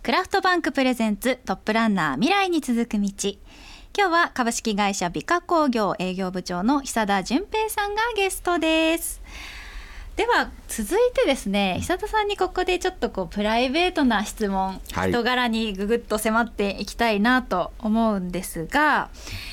クラフトバンクプレゼンツトップランナー未来に続く道。今日は株式会社美化工業営業部長の久田純平さんがゲストです。では続いてですね、久田さんにここでちょっとプライベートな質問、人柄にぐぐっと迫っていきたいなと思うんですが、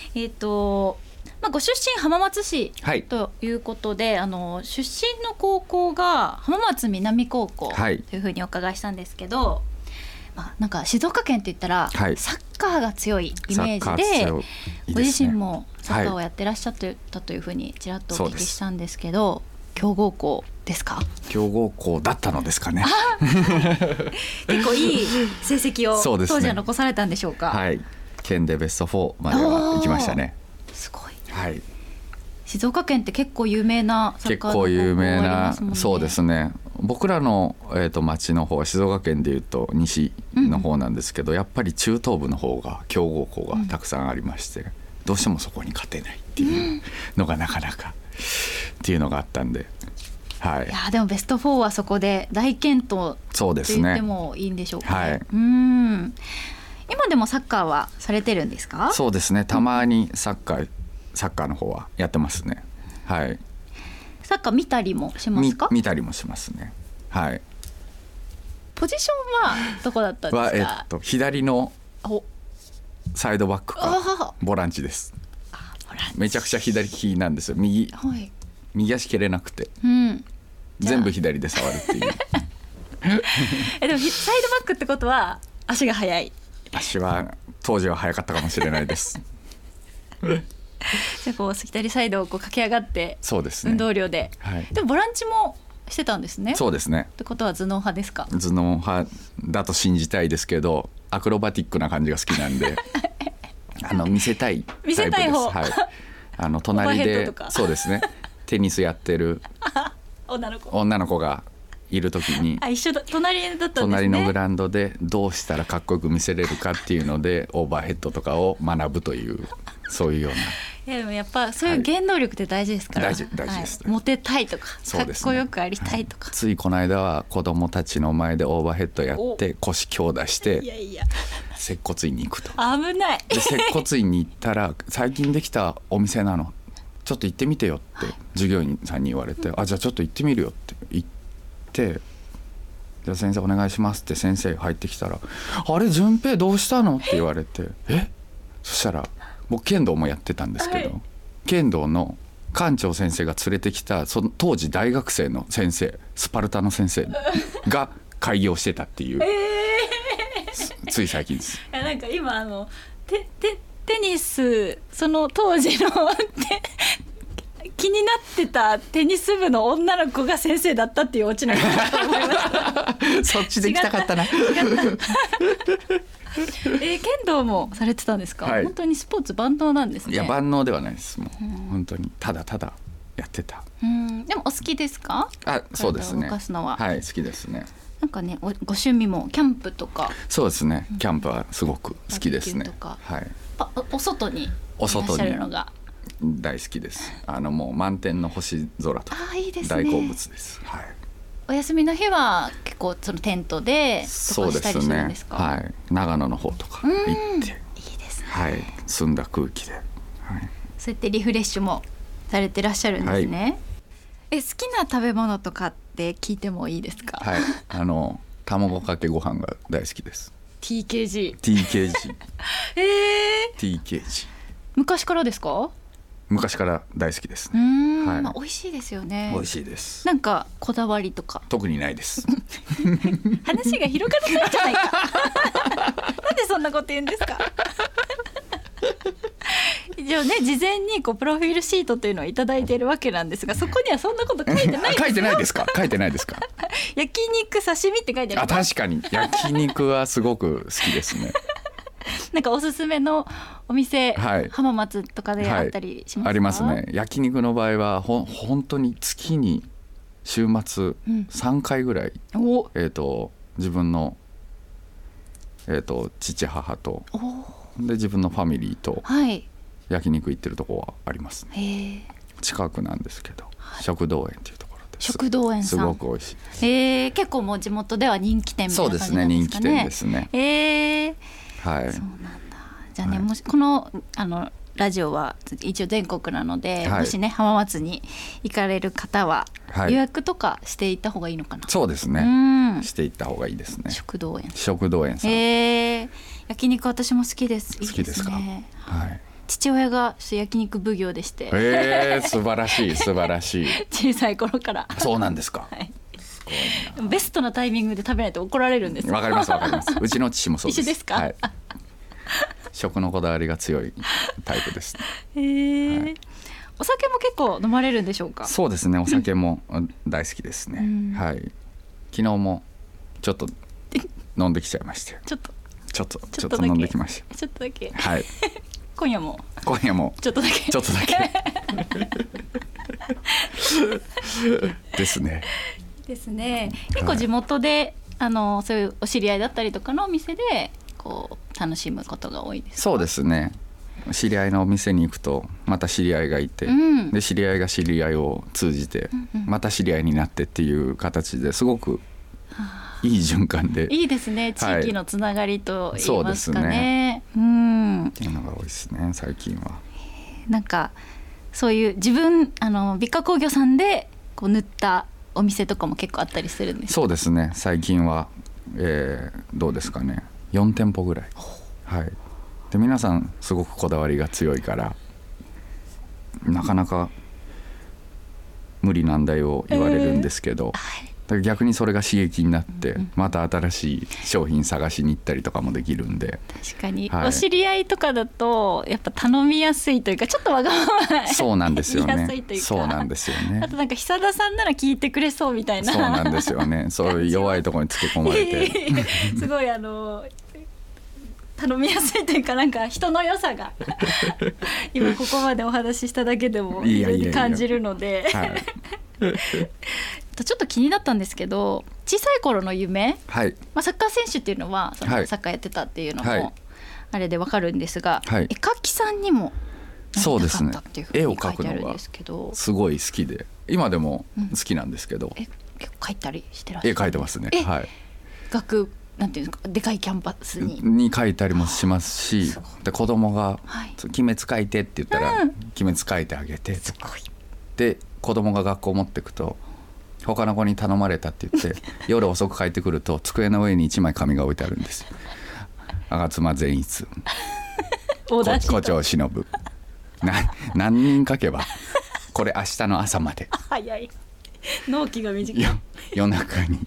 ご出身浜松市ということで、出身の高校が浜松南高校というふうにお伺いしたんですけど、なんか静岡県って言ったらサッカーが強いイメージで、ご自身もサッカーをやってらっしゃったというふうにちらっとお聞きしたんですけど、強豪校ですか？ 強豪校だったのですかね。 結構いい成績を当時は残されたんでしょうか？ はい、県でベスト4までは行きましたね。 すごい。 はい、 静岡県って結構有名なサッカーの高校ありますもんね。 そうですね。僕らの、町の方は静岡県でいうと西の方なんですけど、やっぱり中東部の方が強豪校がたくさんありまして、どうしてもそこに勝てないっていうのがなかなかっていうのがあったんで、はい、 いやでもベスト4はそこで大健闘と言ってもいいんでしょうかね。今でもサッカーはされてるんですか？ そうですね、たまにサッカーの方はやってますね。はい、 サッカー見たりもしますか？ 見たりもしますね。はい。 ポジションはどこだったんですか？ 左のサイドバックかボランチです。めちゃくちゃ左利きなんですよ。右足蹴れなくて、全部左で触るっていう。 でもサイドバックってことは足が速い？ 足は当時は速かったかもしれないです。 じゃあ左サイドを駆け上がって、 そうですね、 運動量で、でもボランチもしてたんですね。 そうですね。 ってことは頭脳派ですか？ 頭脳派だと信じたいですけど、アクロバティックな感じが好きなんで見せたいタイプです。はい、隣でそうですね、テニスやってる女の子がいる時に一緒だ、隣だったんですね。 隣のグラウンドでどうしたらかっこよく見せれるかっていうのでオーバーヘッドとかを学ぶという、そういうような。 いやでもやっぱそういう原動力って大事ですから、 大事です、 モテたいとか、かっこよくありたいとか、 ついこの間は子供たちの前でオーバーヘッドやって腰強打して接骨院に行くと。 危ない。 で接骨院に行ったら最近できたお店なの、ちょっと行ってみてよって従業員さんに言われて、じゃあちょっと行ってみるよって言って、じゃあ先生お願いしますって先生入ってきたら、あれ順平どうしたのって言われて、そしたら僕剣道もやってたんですけど、剣道の館長先生が連れてきたその当時大学生の先生、スパルタの先生が開業してたっていう、つい最近です。 なんか今テニス、その当時の気になってたテニス部の女の子が先生だったっていうオチなのかと思いました。 そっちで行きたかったな。 剣道もされてたんですか？本当にスポーツ万能なんですね。 いや万能ではないです。もう本当にただただやってた。 でもお好きですか？ そうですね。 動かすのは、 はい、好きですね。 なんかね、ご趣味もキャンプとか。 そうですね、キャンプはすごく好きですね。 はい。お外にいらっしゃるのが大好きです。もう満天の星空とか大好物です。はい。 お休みの日は結構そのテントでとかしたりするんですか？ はい、長野の方とか行って、いいですね。 はい、澄んだ空気で、 そうやってリフレッシュもされてらっしゃるんですね。好きな食べ物とかって聞いてもいいですか？ はい、卵かけご飯が大好きです。 TKG。 TKG。 昔からですか？ 昔から大好きですね。 美味しいですよね。 美味しいです。 なんかこだわりとか特にないです。 話が広がらないんじゃないか。なんでそんなこと言うんですか？一応ね、事前にプロフィールシートというのをいただいているわけなんですが、そこにはそんなこと書いてないですよ。 書いてないですか？書いてないですか？ 焼肉刺身って書いてある。 確かに焼肉はすごく好きですね。 なんかおすすめのお店、浜松とかであったりしますか？ ありますね。焼肉の場合は本当に月に週末3回ぐらい、自分の、父母とで自分のファミリーと焼肉行ってるとこはありますね。近くなんですけど、食道園っていうところ食道園さんすごく美味しいです。 結構もう地元では人気店みたいな感じなんですかね。 そうですね、人気店ですね。はい。 そうなんだ。じゃあね、もしこのラジオは一応全国なので、もしね浜松に行かれる方は予約とかしていった方がいいのかな。 そうですね、していった方がいいですね。 食道園さん、 焼肉私も好きです。 好きですか。はい。 父親が焼肉奉行でして、 素晴らしい素晴らしい。 小さい頃から。 そうなんですか。 すごいな。ベストなタイミングで食べないと怒られるんですよ。 わかりますわかります。うちの父もそうです。 一緒ですか。 はい、食のこだわりが強いタイプです。 お酒も結構飲まれるんでしょうか。 そうですね、お酒も大好きですね。はい。昨日もちょっと飲んできちゃいまして。ちょっと飲んできました。 ちょっとだけ。 はい。 今夜もちょっとだけですね。結構地元でそういうお知り合いだったりとかのお店でこう楽しむことが多いですか。そうですね。知り合いのお店に行くとまた知り合いがいて、で知り合いが知り合いを通じてまた知り合いになってっていう形ですごくいい循環で。 いいですね。地域のつながりと言いますかね。 っていうのが多いですね、最近は。 なんかそういう自分美化工業さんでこう塗ったお店とかも結構あったりするんですか。 そうですね、最近は、どうですかね、4店舗ぐらい。はい。で皆さんすごくこだわりが強いからなかなか無理難題を言われるんですけど、だから逆にそれが刺激になってまた新しい商品探しに行ったりとかもできるんで。 確かに、お知り合いとかだとやっぱ頼みやすいというか、ちょっとわがままそうなんですよね。 そうなんですよね。あとなんか久田さんなら聞いてくれそうみたいな。 そうなんですよね。そういう弱いところにつけ込まれてすごい頼みやすいというか、なんか人の良さが今ここまでお話ししただけでも非常に感じるのでちょっと気になったんですけど、小さい頃の夢、サッカー選手っていうのはサッカーやってたっていうのもあれでわかるんですが、絵描きさんにもなりたかったっていうふうに書いてあるんですけど、 すごい好きで今でも好きなんですけど、 結構描いたりしてらっしゃる。 絵描いてますね。はい。 なんていうんですか、でかいキャンパスに描いたりもしますし、で子供が「鬼滅描いて」って言ったら鬼滅描いてあげて、で子供が学校持ってくと他の子に頼まれたって言って夜遅く帰ってくると机の上に1枚紙が置いてあるんですよ。吾妻善逸胡蝶忍何人書けばこれ明日の朝まで早い、納期が短い。 夜中に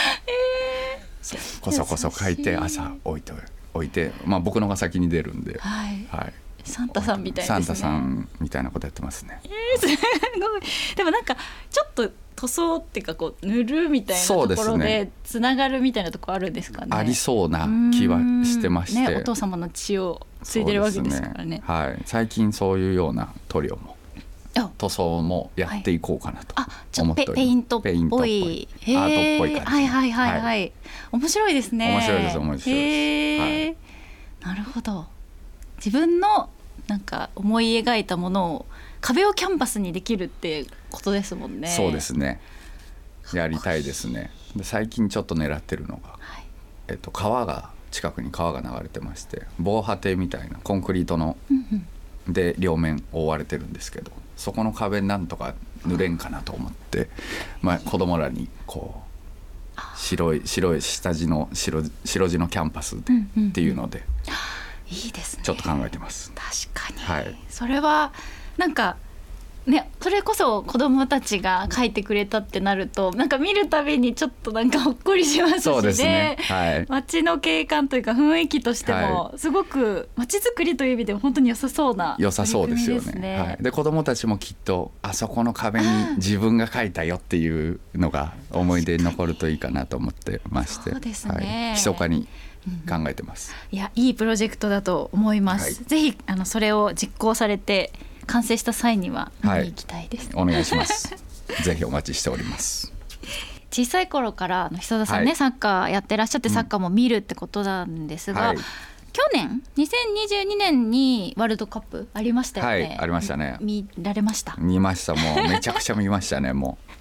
こそこそ書いて朝置いて、僕のが先に出るんで、 サンタさんみたいですね。 サンタさんみたいなことやってますね。 すごい。でもなんかちょっと塗装っていうかこう塗るみたいなところでつながるみたいなところあるんですかね。 ありそうな気はしてまして、 お父様の血を継いでるわけですからね。 最近そういうような塗料も塗装もやっていこうかなと思っております。 ペイントっぽいアートっぽい感じ。 面白いですね。 面白いです。 なるほど。自分のなんか思い描いたものを壁をキャンバスにできるってことですもんね。 そうですね。やりたいですね。で最近ちょっと狙ってるのが、近くに川が流れてまして、防波堤みたいなコンクリートので両面覆われてるんですけど、そこの壁なんとか塗れんかなと思って、子供らにこう白い下地の白地のキャンパスでっていうので、 いいですね。 ちょっと考えてます。 確かに、それはなんかね、それこそ子どもたちが書いてくれたってなると、なんか見るたびにちょっとなんかほっこりしますしね。 そうですね。 街の景観というか雰囲気としてもすごく街づくりという意味でも本当に良さそうな良さそうですよね。で子どもたちもきっとあそこの壁に自分が書いたよっていうのが思い出に残るといいかなと思ってまして、 そうですね。 密かに考えてます。 いいプロジェクトだと思います。ぜひそれを実行されて完成した際には見に行きたいです。 お願いします。ぜひお待ちしております。 小さい頃から久田さんね、サッカーやってらっしゃってサッカーも見るってことなんですが、去年2022年にワールドカップありましたよね。 ありましたね。 見られました？ 見ました。もうめちゃくちゃ見ましたね。もう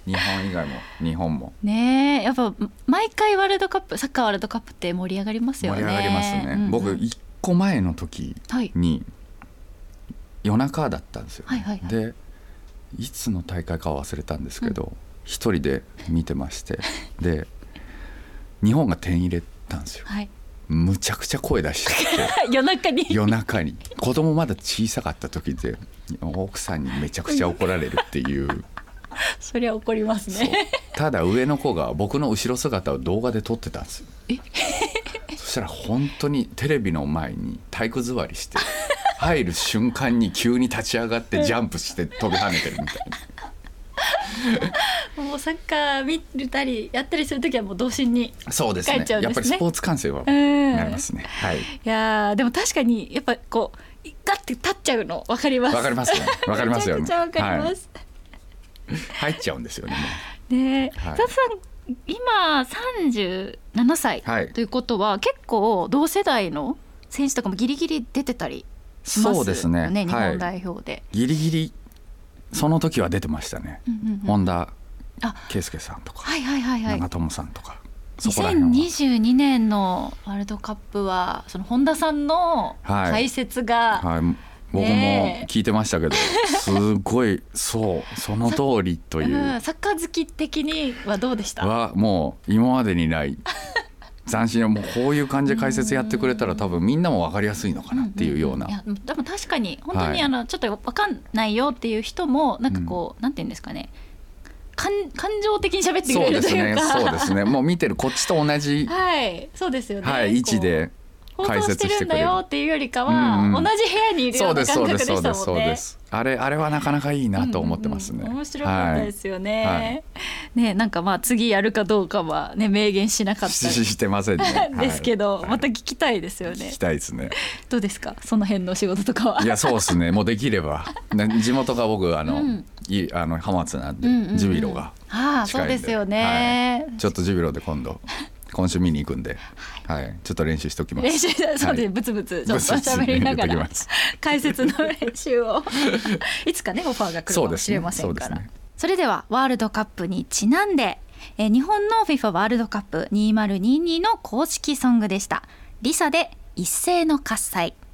日本以外も日本もねえ、やっぱ毎回ワールドカップ、サッカーワールドカップって盛り上がりますよね。 盛り上がりますね、うんうん、僕1個前の時に夜中だったんですよ、はいはいはい、でいつの大会かは忘れたんですけど、一人で見てまして、で日本が点入れたんですよ、はい、むちゃくちゃ声出しちゃって夜中に子供まだ小さかった時で奥さんにめちゃくちゃ怒られるっていうそりゃ怒りますね。 ただ上の子が僕の後ろ姿を動画で撮ってたんですよ。そしたら本当にテレビの前に体育座りして入る瞬間に急に立ち上がってジャンプして飛び跳ねてるみたいなもうサッカー見たりやったりするときはもう童心に帰っちゃうんですね。そうですね、 やっぱりスポーツ観戦はなりますね、はい、 いやでも確かにやっぱこうガッて立っちゃうの分かります。 分かりますよね、分かりますよね、 めちゃくちゃ分かります、 はい、入っちゃうんですよね。 ねえ、はい、佐々さん今37歳ということは、はい、結構同世代の選手とかもギリギリ出てたりしますよね。そうですね、日本代表で、はい、 ギリギリその時は出てましたね、本田圭佑さんとか、はいはいはいはい、長友さんとか。 2022年のワールドカップはその本田さんの解説が、 はいはい、僕も聞いてましたけど、すごいその通りというサッカー好き的にはどうでした？ はもう今までにない斬新な、もうこういう感じで解説やってくれたら多分みんなも分かりやすいのかなっていうような、 いやでも確かに本当にちょっと分かんないよっていう人もなんかこう、なんていうんですかね、感情的に喋ってくれるというか、 そうですね、もう見てるこっちと同じ、 はい、そうですよね、 はい、位置で解説してくれる。放送してるんだよっていうよりかは、同じ部屋にいるような感覚でしたもんね。そうです。あれはなかなかいいなと思ってますね、面白かったですよね、はい、ね、なんかまあ次やるかどうかはね明言しなかったしてませんねですけど、はい、また聞きたいですよね。 聞きたいですね。 どうですかその辺の仕事とかは。 いやそうですね、もうできれば地元が僕浜松なんで、ジュビロが近いんで、 そうですよね、 はい、ちょっとジュビロで今週見に行くんで、はい、ちょっと練習しておきます。 練習、そうで、ブツブツちょっと喋りながら解説の練習をいつかねオファーが来るかもしれませんから。それではワールドカップにちなんで、日本の FIFA ワールドカップ2022の公式ソングでした。リサで一斉の喝采。